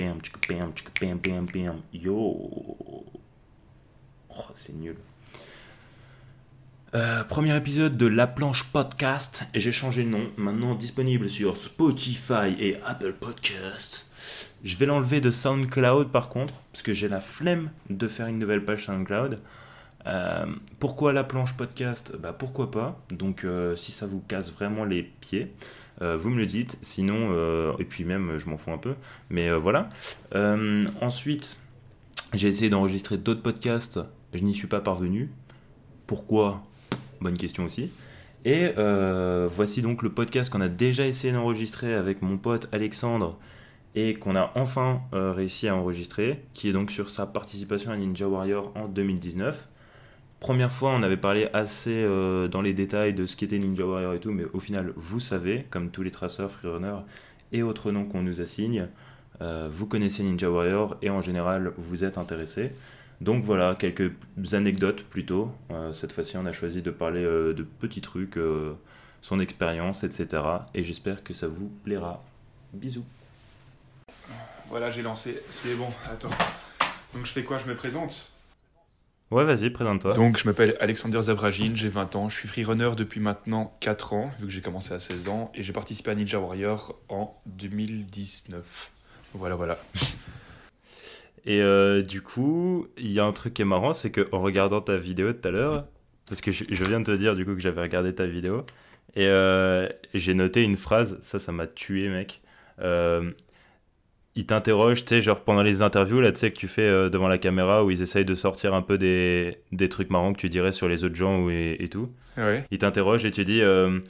Bam, tchika, bam, tchika, bam, bam, bam. Yo. Oh, c'est nul. Premier épisode de La Planche Podcast. Et j'ai changé de nom. Maintenant disponible sur Spotify et Apple Podcasts. Je vais l'enlever de SoundCloud par contre, parce que j'ai la flemme de faire une nouvelle page SoundCloud. Pourquoi La Planche Podcast ? Bah pourquoi pas. Donc si ça vous casse vraiment les pieds, vous me le dites. Sinon, et puis même je m'en fous un peu. Mais voilà. Ensuite, j'ai essayé d'enregistrer d'autres podcasts. Je n'y suis pas parvenu. Pourquoi ? Bonne question aussi. Et voici donc le podcast qu'on a déjà essayé d'enregistrer avec mon pote Alexandre et qu'on a enfin réussi à enregistrer, qui est donc sur sa participation à Ninja Warrior en 2019. Première fois, on avait parlé assez dans les détails de ce qu'était Ninja Warrior et tout, mais au final, vous savez, comme tous les traceurs, freerunners et autres noms qu'on nous assigne, vous connaissez Ninja Warrior et en général, vous êtes intéressé. Donc voilà, quelques anecdotes plutôt. Cette fois-ci, on a choisi de parler de petits trucs, son expérience, etc. Et j'espère que ça vous plaira. Bisous. Voilà, j'ai lancé. C'est bon, attends. Donc je fais quoi ? Je me présente ? Ouais, vas-y, présente-toi. Donc je m'appelle Alexander Zavragine, j'ai 20 ans, je suis freerunner depuis maintenant 4 ans, vu que j'ai commencé à 16 ans, et j'ai participé à Ninja Warrior en 2019. Voilà. Et du coup, il y a un truc qui est marrant, c'est qu'en regardant ta vidéo tout à l'heure, parce que je viens de te dire du coup que j'avais regardé ta vidéo, et j'ai noté une phrase, ça m'a tué mec. Il t'interroge, tu sais, genre pendant les interviews, là, tu sais, que tu fais devant la caméra, où ils essayent de sortir un peu des trucs marrants que tu dirais sur les autres gens et tout. Ouais. Il t'interroge et tu dis,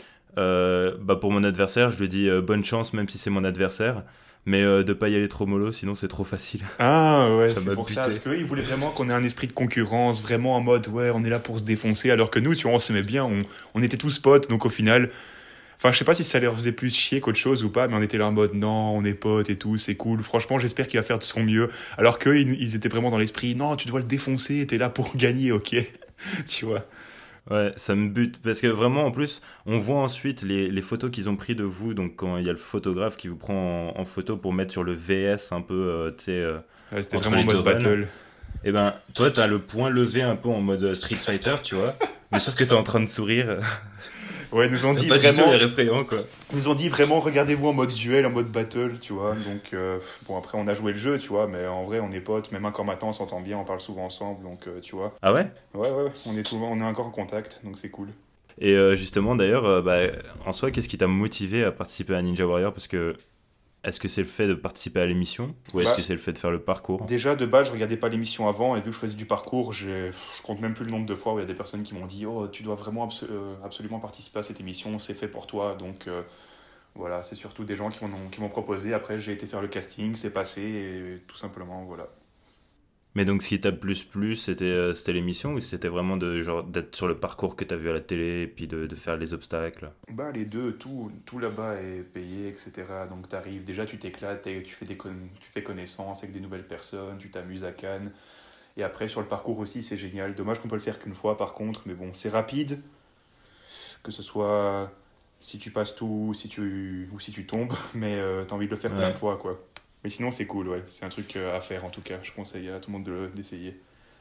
bah pour mon adversaire, je lui dis bonne chance, même si c'est mon adversaire, mais de pas y aller trop mollo, sinon c'est trop facile. Ah ouais, Ça c'est m'a pour ça, buté. parce qu'eux, ils voulaient vraiment qu'on ait un esprit de concurrence, vraiment en mode, ouais, on est là pour se défoncer, alors que nous, tu vois, on s'aimait bien, on était tous potes, donc au final... Enfin, je sais pas si ça leur faisait plus chier qu'autre chose ou pas, mais on était là en mode non, on est potes et tout, c'est cool. Franchement, j'espère qu'il va faire de son mieux. Alors qu'eux, ils étaient vraiment dans l'esprit non, tu dois le défoncer, t'es là pour gagner, ok. Tu vois. Ouais, ça me bute. Parce que vraiment, en plus, on voit ensuite les photos qu'ils ont pris de vous. Donc, quand il y a le photographe qui vous prend en photo pour mettre sur le VS un peu, tu sais, Ouais, c'était entre vraiment en les deux mode runs. battle. Et ben, toi, t'as le point levé un peu en mode Street Fighter, tu vois. Mais sauf que t'es en train de sourire. Ouais, ils nous ont T'as dit pas du tout vraiment, l'air effrayant, quoi. ils nous ont dit vraiment, regardez-vous en mode duel, en mode battle, tu vois. Donc, bon, après, on a joué le jeu, tu vois, mais en vrai, on est potes, même encore maintenant, on s'entend bien, on parle souvent ensemble, donc, tu vois. Ah ouais? Ouais, on est encore en contact, donc c'est cool. Et justement, d'ailleurs, bah, en soi, qu'est-ce qui t'a motivé à participer à Ninja Warrior? Parce que, est-ce que c'est le fait de participer à l'émission? Ou est-ce Bah, que c'est le fait de faire le parcours? déjà, de base, je regardais pas l'émission avant, et vu que je faisais du parcours, je compte même plus le nombre de fois où il y a des personnes qui m'ont dit oh, tu dois vraiment absolument participer à cette émission, c'est fait pour toi. Donc voilà, c'est surtout des gens qui m'ont proposé. Après, j'ai été faire le casting, c'est passé, et tout simplement, voilà. Mais donc, ce qui t'a plus plu, c'était l'émission ou c'était vraiment genre, d'être sur le parcours que t'as vu à la télé et puis de faire les obstacles? Bah, les deux, tout là-bas est payé, etc. Donc, t'arrives, déjà, tu t'éclates, et tu fais connaissance avec des nouvelles personnes, tu t'amuses à Cannes. Et après, sur le parcours aussi, c'est génial. Dommage qu'on peut le faire qu'une fois, par contre, mais bon, c'est rapide. Que ce soit si tu passes tout ou si tu tombes, mais t'as envie de le faire plein Ouais. de fois, quoi. Mais sinon, c'est cool, ouais. C'est un truc à faire, en tout cas. Je conseille à tout le monde d'essayer.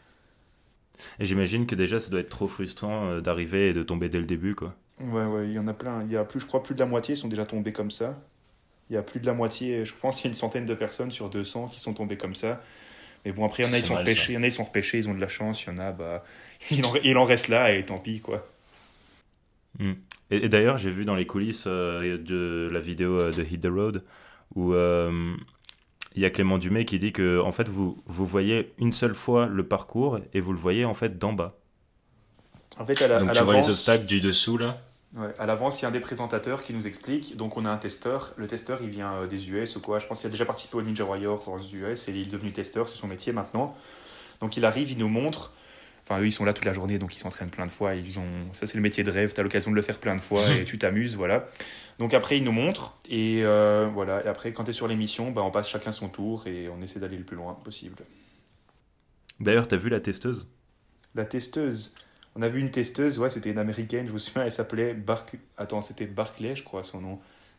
Et j'imagine que déjà, ça doit être trop frustrant d'arriver et de tomber dès le début, quoi. Ouais, il y en a plein. Il y a plus, je crois, plus de la moitié sont déjà tombés comme ça. Il y a plus de la moitié, je pense qu'il y a une centaine de personnes sur 200 qui sont tombées comme ça. Mais bon, après, il y en a, ils C'est sont mal, ça. repêchés, il y en a, ils sont repêchés, ils ont de la chance. Il y en a, bah, il en reste là, et tant pis, quoi. Mm. Et d'ailleurs, j'ai vu dans les coulisses de la vidéo de Hit the Road où il y a Clément Dumais qui dit que en fait vous voyez une seule fois le parcours et vous le voyez en fait d'en bas. En fait, Donc à tu vois les l'avance, obstacles du dessous là. ouais, à l'avance, il y a un des présentateurs qui nous explique. Donc, on a un testeur. Le testeur, il vient des US ou quoi. Je pense qu'il a déjà participé au Ninja Warrior aux US et il est devenu testeur. C'est son métier maintenant. Donc, il arrive, il nous montre. Enfin, eux, ils sont là toute la journée, donc ils s'entraînent plein de fois. Ça, c'est le métier de rêve. Tu as l'occasion de le faire plein de fois et tu t'amuses, voilà. Donc, après, il nous montre. Et voilà. Et après, quand tu es sur l'émission, bah, on passe chacun son tour et on essaie d'aller le plus loin possible. D'ailleurs, t'as vu la testeuse? La testeuse. On a vu une testeuse, ouais, c'était une américaine, je me souviens, elle s'appelait Attends, c'était Barclay, je crois, son nom.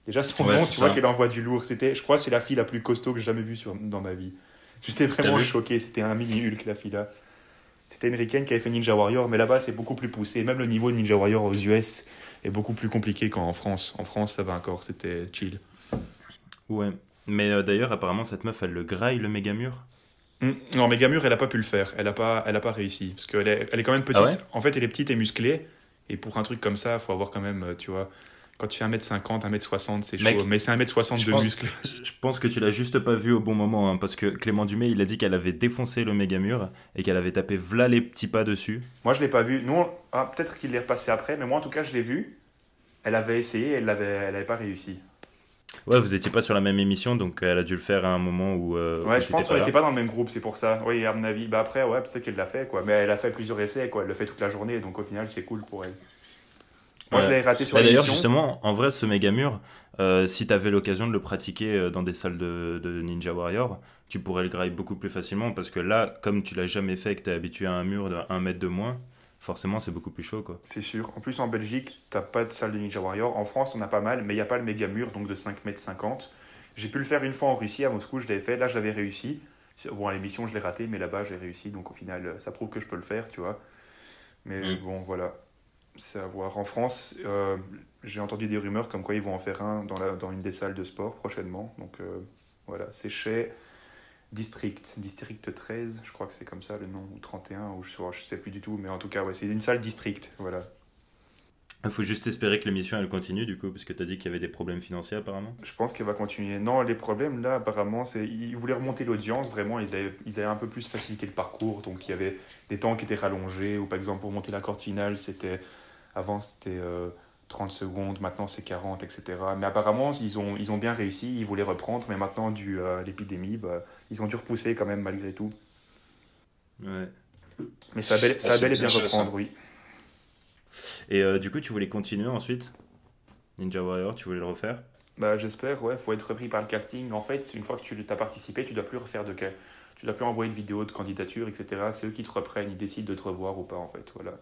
Déjà, son Ouais, nom, c'est tu vois ça. qu'elle envoie du lourd. Je crois que c'est la fille la plus costaud que j'ai jamais vue dans ma vie. J'étais T'as vraiment vu? choqué. C'était un mini Hulk, la fille là. C'était une ricaine qui avait fait Ninja Warrior, mais là-bas, c'est beaucoup plus poussé. Même le niveau de Ninja Warrior aux US est beaucoup plus compliqué qu'en France. En France, ça va encore, c'était chill. Ouais. Mais d'ailleurs, apparemment, cette meuf, elle le graille, le méga mur. Non, Megamur, elle a pas pu le faire. Elle a pas réussi. Parce elle est quand même Ah ouais? petite. En fait, elle est petite et musclée. Et pour un truc comme ça, faut avoir quand même, tu vois, quand tu fais 1m50, 1m60, c'est chaud. Mec, Mais c'est 1m60 je de pense, muscles. je pense que tu l'as juste pas vu au bon moment, hein, parce que Clément Dumais, il a dit qu'elle avait défoncé le méga mur et qu'elle avait tapé v'là les petits pas dessus. Moi, je l'ai pas vu. Nous, peut-être qu'il l'est repassé après, mais moi, en tout cas, je l'ai vu. Elle avait essayé, elle avait pas réussi. Ouais, vous étiez pas sur la même émission, donc elle a dû le faire à un moment Ouais, où je t'étais pense qu'on pas n'était là. pas dans le même groupe, c'est pour ça. Oui, à mon avis. Bah après, ouais, peut-être qu'elle l'a fait, quoi. Mais elle a fait plusieurs essais, quoi. Elle le fait toute la journée, donc au final, c'est cool pour elle. Moi, je Ouais. l'ai raté sur Bah d'ailleurs, l'émission. justement, en vrai, ce méga mur, si t'avais l'occasion de le pratiquer dans des salles de Ninja Warrior, tu pourrais le grailler beaucoup plus facilement, parce que là, comme tu l'as jamais fait et que t'es habitué à un mur de 1 mètre de moins, forcément, c'est beaucoup plus chaud, quoi. C'est sûr. En plus, en Belgique, t'as pas de salle de Ninja Warrior. En France, on a pas mal, mais il n'y a pas le méga mur, donc de 5,50 m. J'ai pu le faire une fois en Russie, à Moscou, je l'avais fait. Là, je l'avais réussi. Bon, à l'émission, je l'ai raté, mais là-bas, j'ai réussi. Donc, au final, ça prouve que je peux le faire, tu vois. Mais Mm. bon, voilà. C'est à voir. En France, j'ai entendu des rumeurs comme quoi ils vont en faire un dans une des salles de sport prochainement. Donc, voilà. C'est chez District 13, je crois que c'est comme ça le nom, ou 31, ou je sais plus du tout. Mais en tout cas, ouais, c'est une salle district. Voilà. Il faut juste espérer que l'émission, elle continue, du coup, parce que t'as dit qu'il y avait des problèmes financiers, apparemment. Je pense qu'elle va continuer. Non, les problèmes là, apparemment, c'est ils voulaient remonter l'audience. Vraiment, ils avaient un peu plus facilité le parcours. Donc, il y avait des temps qui étaient rallongés. Ou par exemple, pour monter la corde finale, avant c'était 30 secondes, maintenant c'est 40, etc. Mais apparemment, ils ont bien réussi. Ils voulaient reprendre, mais maintenant, dû à l'épidémie, bah, ils ont dû repousser quand même malgré tout. Ouais. Mais Ah, ça a c'est bel et bien bien chaud, ça. reprendre, oui. Et du coup, tu voulais continuer ensuite Ninja Warrior, tu voulais le refaire? Bah, j'espère, ouais. Faut être repris par le casting. En fait, une fois que tu as participé, tu dois plus tu dois plus envoyer de vidéo de candidature, etc. C'est eux qui te reprennent, ils décident de te revoir ou pas, en fait. Voilà.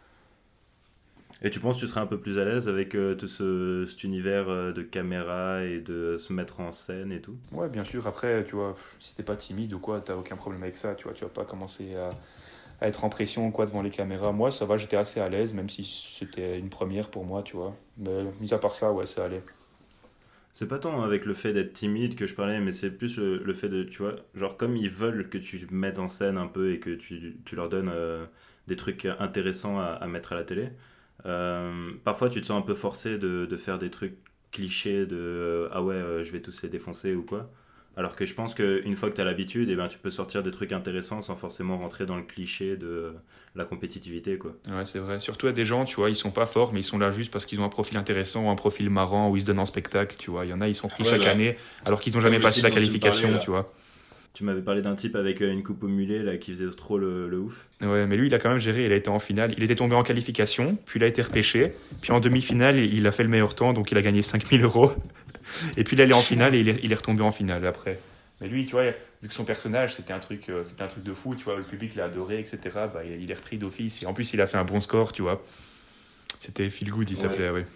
Et tu penses que tu serais un peu plus à l'aise avec tout cet univers de caméra et de se mettre en scène et tout? Ouais, bien sûr. Après, tu vois, si t'es pas timide ou quoi, t'as aucun problème avec ça. Tu vois, tu vas pas commencer à être en pression ou quoi devant les caméras. Moi, ça va, j'étais assez à l'aise, même si c'était une première pour moi, tu vois. Mais mis à part ça, ouais, ça allait. C'est pas tant avec le fait d'être timide que je parlais, mais c'est plus le fait de, tu vois, genre comme ils veulent que tu mettes en scène un peu et que tu leur donnes des trucs intéressants à mettre à la télé, parfois tu te sens un peu forcé de faire des trucs clichés de ah ouais, je vais tous les défoncer ou quoi. Alors que je pense qu'une fois que tu as l'habitude, eh ben, tu peux sortir des trucs intéressants sans forcément rentrer dans le cliché de la compétitivité, quoi. Ouais, c'est vrai. Surtout à des gens, tu vois, ils sont pas forts, mais ils sont là juste parce qu'ils ont un profil intéressant ou un profil marrant ou ils se donnent en spectacle, tu vois. Il y en a, ils sont pris Ouais, chaque bah, année alors qu'ils ont comme jamais le passé type la dont tu me parlais, qualification, là. tu vois. Tu m'avais parlé d'un type avec une coupe au mulet là, qui faisait trop le ouf. Ouais, mais lui, il a quand même géré. Il a été en finale. Il était tombé en qualification, puis il a été repêché. Puis en demi-finale, il a fait le meilleur temps, donc il a gagné 5000 euros. Et puis il allait en finale et il est retombé en finale après. Mais lui, tu vois, vu que son personnage, c'était un truc de fou, tu vois, le public l'a adoré, etc. Bah, il est repris d'office. Et en plus, il a fait un bon score, tu vois. C'était Feel Good, il Ouais. s'appelait, ouais.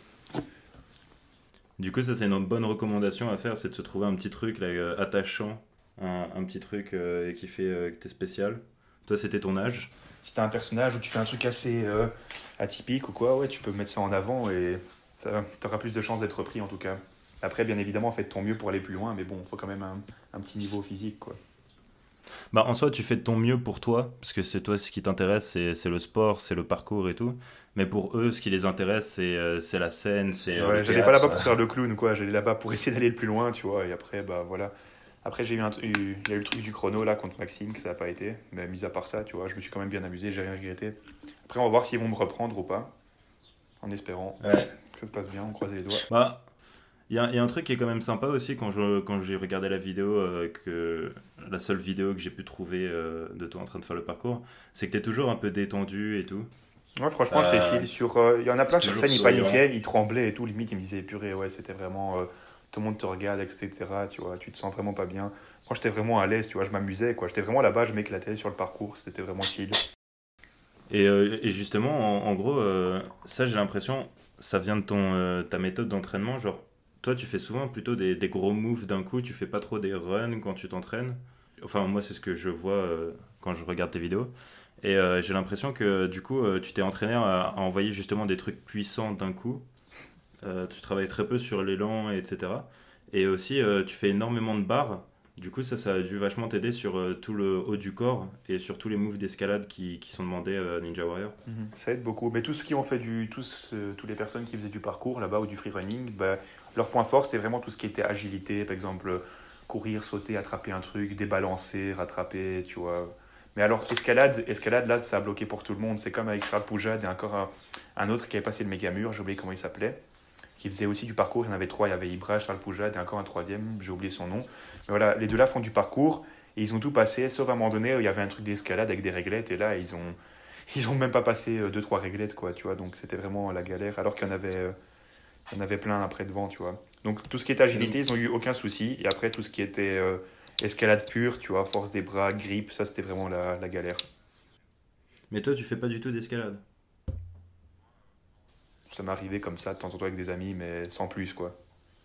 Du coup, ça, c'est une bonne recommandation à faire, c'est de se trouver un petit truc là, attachant, un petit truc qui fait que t'es spécial. Toi, c'était ton âge. Si t'as un personnage où tu fais un truc assez atypique ou quoi, ouais, tu peux mettre ça en avant et ça t'auras plus de chances d'être repris en tout cas. Après, bien évidemment, fais de ton mieux pour aller plus loin, mais bon, il faut quand même un petit niveau physique, quoi. Bah, en soi, tu fais de ton mieux pour toi, parce que c'est toi ce qui t'intéresse, c'est le sport, c'est le parcours et tout. Mais pour eux, ce qui les intéresse, c'est la scène, c'est le Ouais, j'allais pas là-bas théâtre. pour faire le clown ou quoi, j'allais là-bas pour essayer d'aller le plus loin, tu vois, et après, bah voilà. Après, il y a eu le truc du chrono là contre Maxime, que ça n'a pas été, mais mis à part ça, tu vois, je me suis quand même bien amusé, j'ai rien regretté. Après, on va voir s'ils vont me reprendre ou pas, en espérant Ouais. que ça se passe bien, on croise les doigts. Bah, il y a un truc qui est quand même sympa aussi quand j'ai regardé la vidéo, la seule vidéo que j'ai pu trouver de toi en train de faire le parcours, c'est que t'es toujours un peu détendu et tout. Ouais, franchement, j'étais Euh, chill sur. Il y en a plein sur Toujours scène, ils souriant. paniquaient, ils tremblaient et tout. Limite, ils me disaient, purée, ouais, c'était vraiment. Tout le monde te regarde, etc. Tu vois, tu te sens vraiment pas bien. Moi, j'étais vraiment à l'aise, tu vois, je m'amusais, quoi. J'étais vraiment là-bas, je m'éclatais sur le parcours, c'était vraiment chill. et justement, en gros, ça j'ai l'impression, ça vient de ta méthode d'entraînement, genre toi, tu fais souvent plutôt des gros moves d'un coup, tu fais pas trop des runs quand tu t'entraînes. Enfin, moi, c'est ce que je vois quand je regarde tes vidéos. Et j'ai l'impression que du coup, tu t'es entraîné à envoyer justement des trucs puissants d'un coup. Tu travailles très peu sur l'élan, etc. Et aussi, tu fais énormément de barres. Du coup, ça a dû vachement t'aider sur tout le haut du corps et sur tous les moves d'escalade qui sont demandés à Ninja Warrior. Ça aide beaucoup. Mais tous ceux qui ont fait toutes les personnes qui faisaient du parcours là-bas ou du freerunning, bah, leur point fort, c'était vraiment tout ce qui était agilité. Par exemple, courir, sauter, attraper un truc, débalancer, rattraper, tu vois. Mais alors, escalade, là, ça a bloqué pour tout le monde. C'est comme avec Rad Poujade et encore un autre qui avait passé le méga mur, j'ai oublié comment il s'appelait, qui faisait aussi du parcours. Il y en avait trois, il y avait Ibra, Charles Poujade et encore un troisième, j'ai oublié son nom. Mais voilà, les deux là font du parcours et ils ont tout passé, sauf à un moment donné où il y avait un truc d'escalade avec des réglettes et là, ils ont même pas passé deux trois réglettes, quoi, tu vois. Donc c'était vraiment la galère, alors qu'il y en avait plein après devant, tu vois. Donc tout ce qui est agilité, ils ont eu aucun souci. Et après, tout ce qui était escalade pure, tu vois, force des bras, grip, ça c'était vraiment la galère. Mais toi, tu fais pas du tout d'escalade. Ça m'est arrivé comme ça de temps en temps avec des amis, mais sans plus, quoi.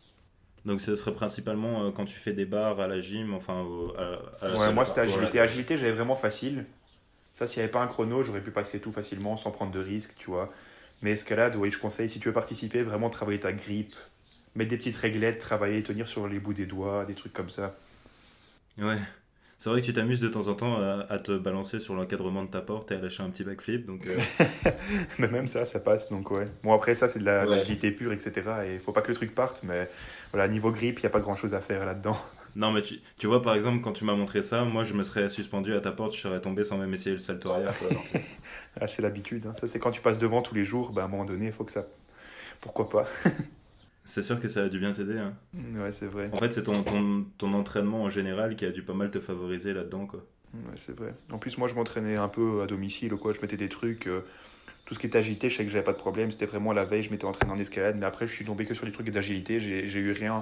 Donc ce serait principalement quand tu fais des barres à la gym, enfin à la Ouais, salle de moi c'était parcours. agilité. Agilité, j'avais vraiment facile. Ça, s'il n'y avait pas un chrono, j'aurais pu passer tout facilement sans prendre de risques, tu vois. Mais escalade, oui, je conseille, si tu veux participer, vraiment travailler ta grip, mettre des petites réglettes, travailler, tenir sur les bouts des doigts, des trucs comme ça. Ouais. C'est vrai que tu t'amuses de temps en temps à te balancer sur l'encadrement de ta porte et à lâcher un petit backflip. Donc, Mais même ça passe, donc ouais. Bon, après, ça, c'est de ouais. l'agilité pure, etc. Et il faut pas que le truc parte, mais voilà, niveau grip, il n'y a pas grand-chose à faire là-dedans. Non, mais tu vois, par exemple, quand tu m'as montré ça, moi je me serais suspendu à ta porte, je serais tombé sans même essayer le salto arrière, quoi. Ah, c'est l'habitude, hein. Ça, c'est quand tu passes devant tous les jours, bah, à un moment donné, il faut que ça... Pourquoi pas? C'est sûr que ça a dû bien t'aider, hein. Ouais, c'est vrai. En fait, c'est ton entraînement en général qui a dû pas mal te favoriser là-dedans, quoi. Ouais, c'est vrai. En plus, moi, je m'entraînais un peu à domicile, ou quoi. Je mettais des trucs... tout ce qui était agilité, je sais que j'avais pas de problème. C'était vraiment la veille, je m'étais entraîné en escalade. Mais après, je suis tombé que sur les trucs d'agilité. J'ai eu rien.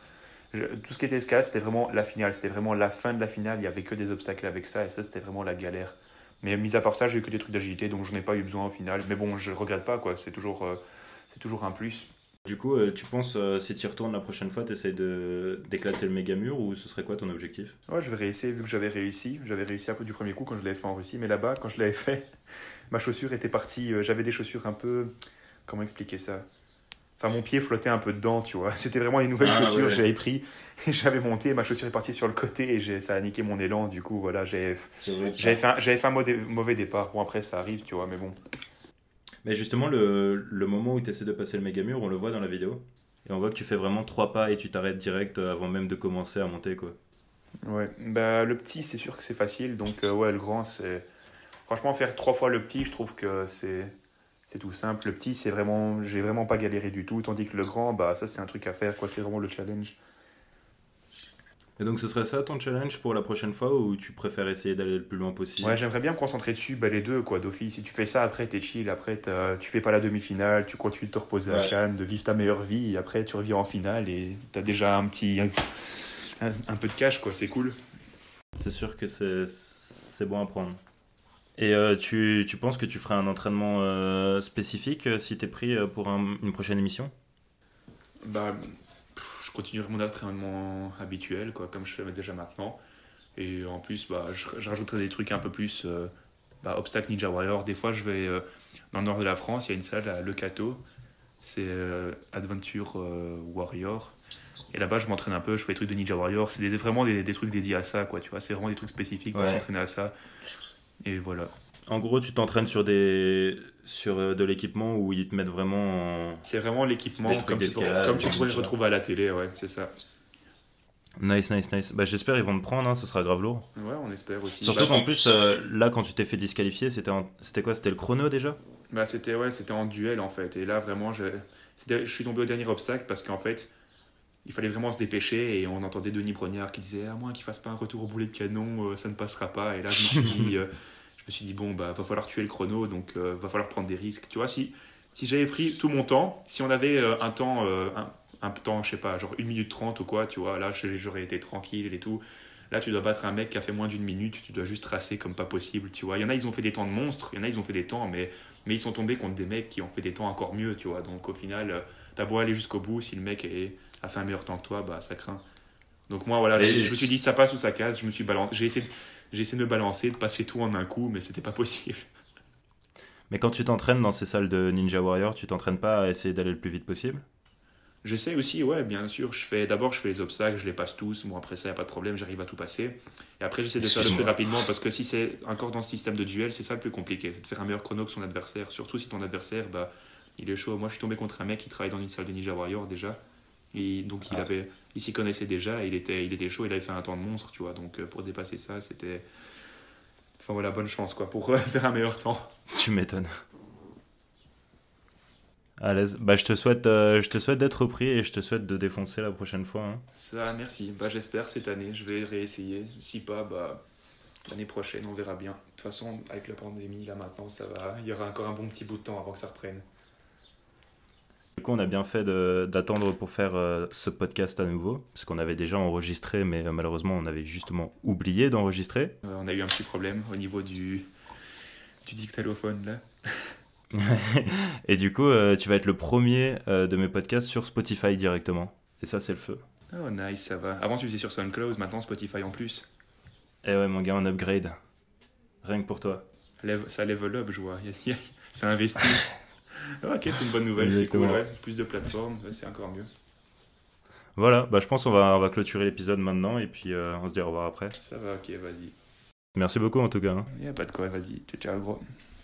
Tout ce qui était escalade, c'était vraiment la finale. C'était vraiment la fin de la finale. Il y avait que des obstacles avec ça. Et ça, c'était vraiment la galère. Mais mis à part ça, j'ai eu que des trucs d'agilité. Donc, je n'ai pas eu besoin au final. Mais bon, je regrette pas, quoi. C'est toujours un plus. Du coup, tu penses, si tu y retournes la prochaine fois, t'essayes d'éclater le méga mur ou ce serait quoi ton objectif? Ouais, je vais réessayer, vu que j'avais réussi. J'avais réussi un peu du premier coup quand je l'avais fait en Russie. Mais là-bas, quand je l'avais fait, ma chaussure était partie. J'avais des chaussures un peu. Comment expliquer ça? Enfin, mon pied flottait un peu dedans, tu vois. C'était vraiment les nouvelles Ah chaussures, ouais, j'avais pris, et j'avais monté, ma chaussure est partie sur le côté et ça a niqué mon élan. Du coup, voilà, c'est vrai. j'avais fait un mauvais départ. Bon, après, ça arrive, tu vois, mais bon. Mais justement, le moment où tu essaies de passer le méga mur, on le voit dans la vidéo. Et on voit que tu fais vraiment trois pas et tu t'arrêtes direct avant même de commencer à monter, quoi. Ouais, bah, le petit, c'est sûr que c'est facile. Donc, ouais, le grand, c'est. Franchement, faire trois fois le petit, je trouve que c'est tout simple. Le petit, c'est vraiment. J'ai vraiment pas galéré du tout. Tandis que le grand, bah, ça, c'est un truc à faire, quoi. C'est vraiment le challenge. Et donc ce serait ça ton challenge pour la prochaine fois ou tu préfères essayer d'aller le plus loin Ouais, possible? j'aimerais bien me concentrer dessus, bah, les deux, quoi, d'office. Si tu fais ça, après, t'es chill, après, tu fais pas la demi-finale, tu continues de te reposer à Ouais. Cannes, de vivre ta meilleure vie, et après, tu reviens en finale et t'as déjà un peu de cash, quoi, c'est cool. C'est sûr que c'est bon à prendre. Et tu penses que tu feras un entraînement spécifique si t'es pris pour une prochaine émission? Bah, je continuerai mon entraînement habituel, quoi, comme je fais déjà maintenant. Et en plus, bah, je rajouterai des trucs un peu plus, bah, obstacle Ninja Warrior. Des fois, je vais dans le nord de la France, il y a une salle à Le Cateau, c'est Adventure Warrior. Et là-bas, je m'entraîne un peu, je fais des trucs de Ninja Warrior. C'est vraiment des trucs dédiés à ça, quoi, tu vois. C'est vraiment des trucs spécifiques pour Ouais. s'entraîner à ça. Et voilà. En gros, tu t'entraînes sur de l'équipement où ils te mettent vraiment C'est vraiment des l'équipement trucs d'escalade. comme tu pourrais le retrouver à la télé, ouais, c'est ça. Nice, nice, nice. Bah, j'espère ils vont te prendre, hein, ce sera grave lourd. Ouais, on espère aussi. Surtout Bah, qu'en plus, là, quand tu t'es fait disqualifier, c'était quoi? C'était le chrono déjà? c'était en duel en fait. Et là, vraiment, je suis tombé au dernier obstacle parce qu'en fait, il fallait vraiment se dépêcher et on entendait Denis Brognard qui disait à moins qu'il fasse pas un retour au boulet de canon, ça ne passera pas. Et là, je me suis dit bon, bah, va falloir tuer le chrono, donc va falloir prendre des risques. Tu vois, si j'avais pris tout mon temps, si on avait un temps, je sais pas, genre 1 minute 30 ou quoi, tu vois, là, j'aurais été tranquille et tout. Là, tu dois battre un mec qui a fait moins d'1 minute, tu dois juste tracer comme pas possible, tu vois. Il y en a, ils ont fait des temps de monstres, il y en a, ils ont fait des temps, mais ils sont tombés contre des mecs qui ont fait des temps encore mieux, tu vois. Donc au final, t'as beau aller jusqu'au bout, si le mec a fait un meilleur temps que toi, bah ça craint. Donc moi, voilà, Et je me suis dit, ça passe ou ça casse. Je me suis balancé. J'ai essayé de me balancer, de passer tout en un coup, mais c'était pas possible. Mais quand tu t'entraînes dans ces salles de Ninja Warrior, tu t'entraînes pas à essayer d'aller le plus vite possible? J'essaie aussi, ouais, bien sûr. D'abord, je fais les obstacles, je les passe tous. Bon, après ça, y a pas de problème, j'arrive à tout passer. Et après, j'essaie de faire le plus Excuse-moi. rapidement parce que si c'est encore dans ce système de duel, c'est ça le plus compliqué. C'est de faire un meilleur chrono que son adversaire. Surtout si ton adversaire, bah, il est chaud. Moi, je suis tombé contre un mec qui travaille dans une salle de Ninja Warrior déjà. Et donc, Ah, il s'y connaissait déjà. Et il était chaud, il avait fait un temps de monstre, tu vois. Donc, pour dépasser ça, c'était. Enfin, voilà, bonne chance, quoi, pour faire un meilleur temps. tu m'étonnes. À l'aise. Bah, je te souhaite d'être repris et je te souhaite de défoncer la prochaine fois, hein. Ça, merci. Bah, j'espère cette année, je vais réessayer. Si pas, bah, l'année prochaine, on verra bien. De toute façon, avec la pandémie, là maintenant, ça va. Il y aura encore un bon petit bout de temps avant que ça reprenne. Du coup, on a bien fait d'attendre pour faire ce podcast à nouveau, parce qu'on avait déjà enregistré, mais malheureusement, on avait justement oublié d'enregistrer. On a eu un petit problème au niveau du dictaphone, là. Et du coup, tu vas être le premier de mes podcasts sur Spotify directement. Et ça, c'est le feu. Oh, nice, ça va. Avant, tu faisais sur SoundCloud, maintenant Spotify en plus. Eh ouais, mon gars, on upgrade. Rien que pour toi. Ça level up, je vois. C'est investi. Ah, ok, c'est une bonne nouvelle, c'est cool, Exactement. ouais. Plus de plateformes, ouais, c'est encore mieux. Voilà, bah, je pense qu'on va clôturer l'épisode maintenant, et puis on se dit au revoir après. Ça va, ok, vas-y. Merci beaucoup en tout cas, hein. Y a pas de quoi, vas-y. Ciao, ciao, gros.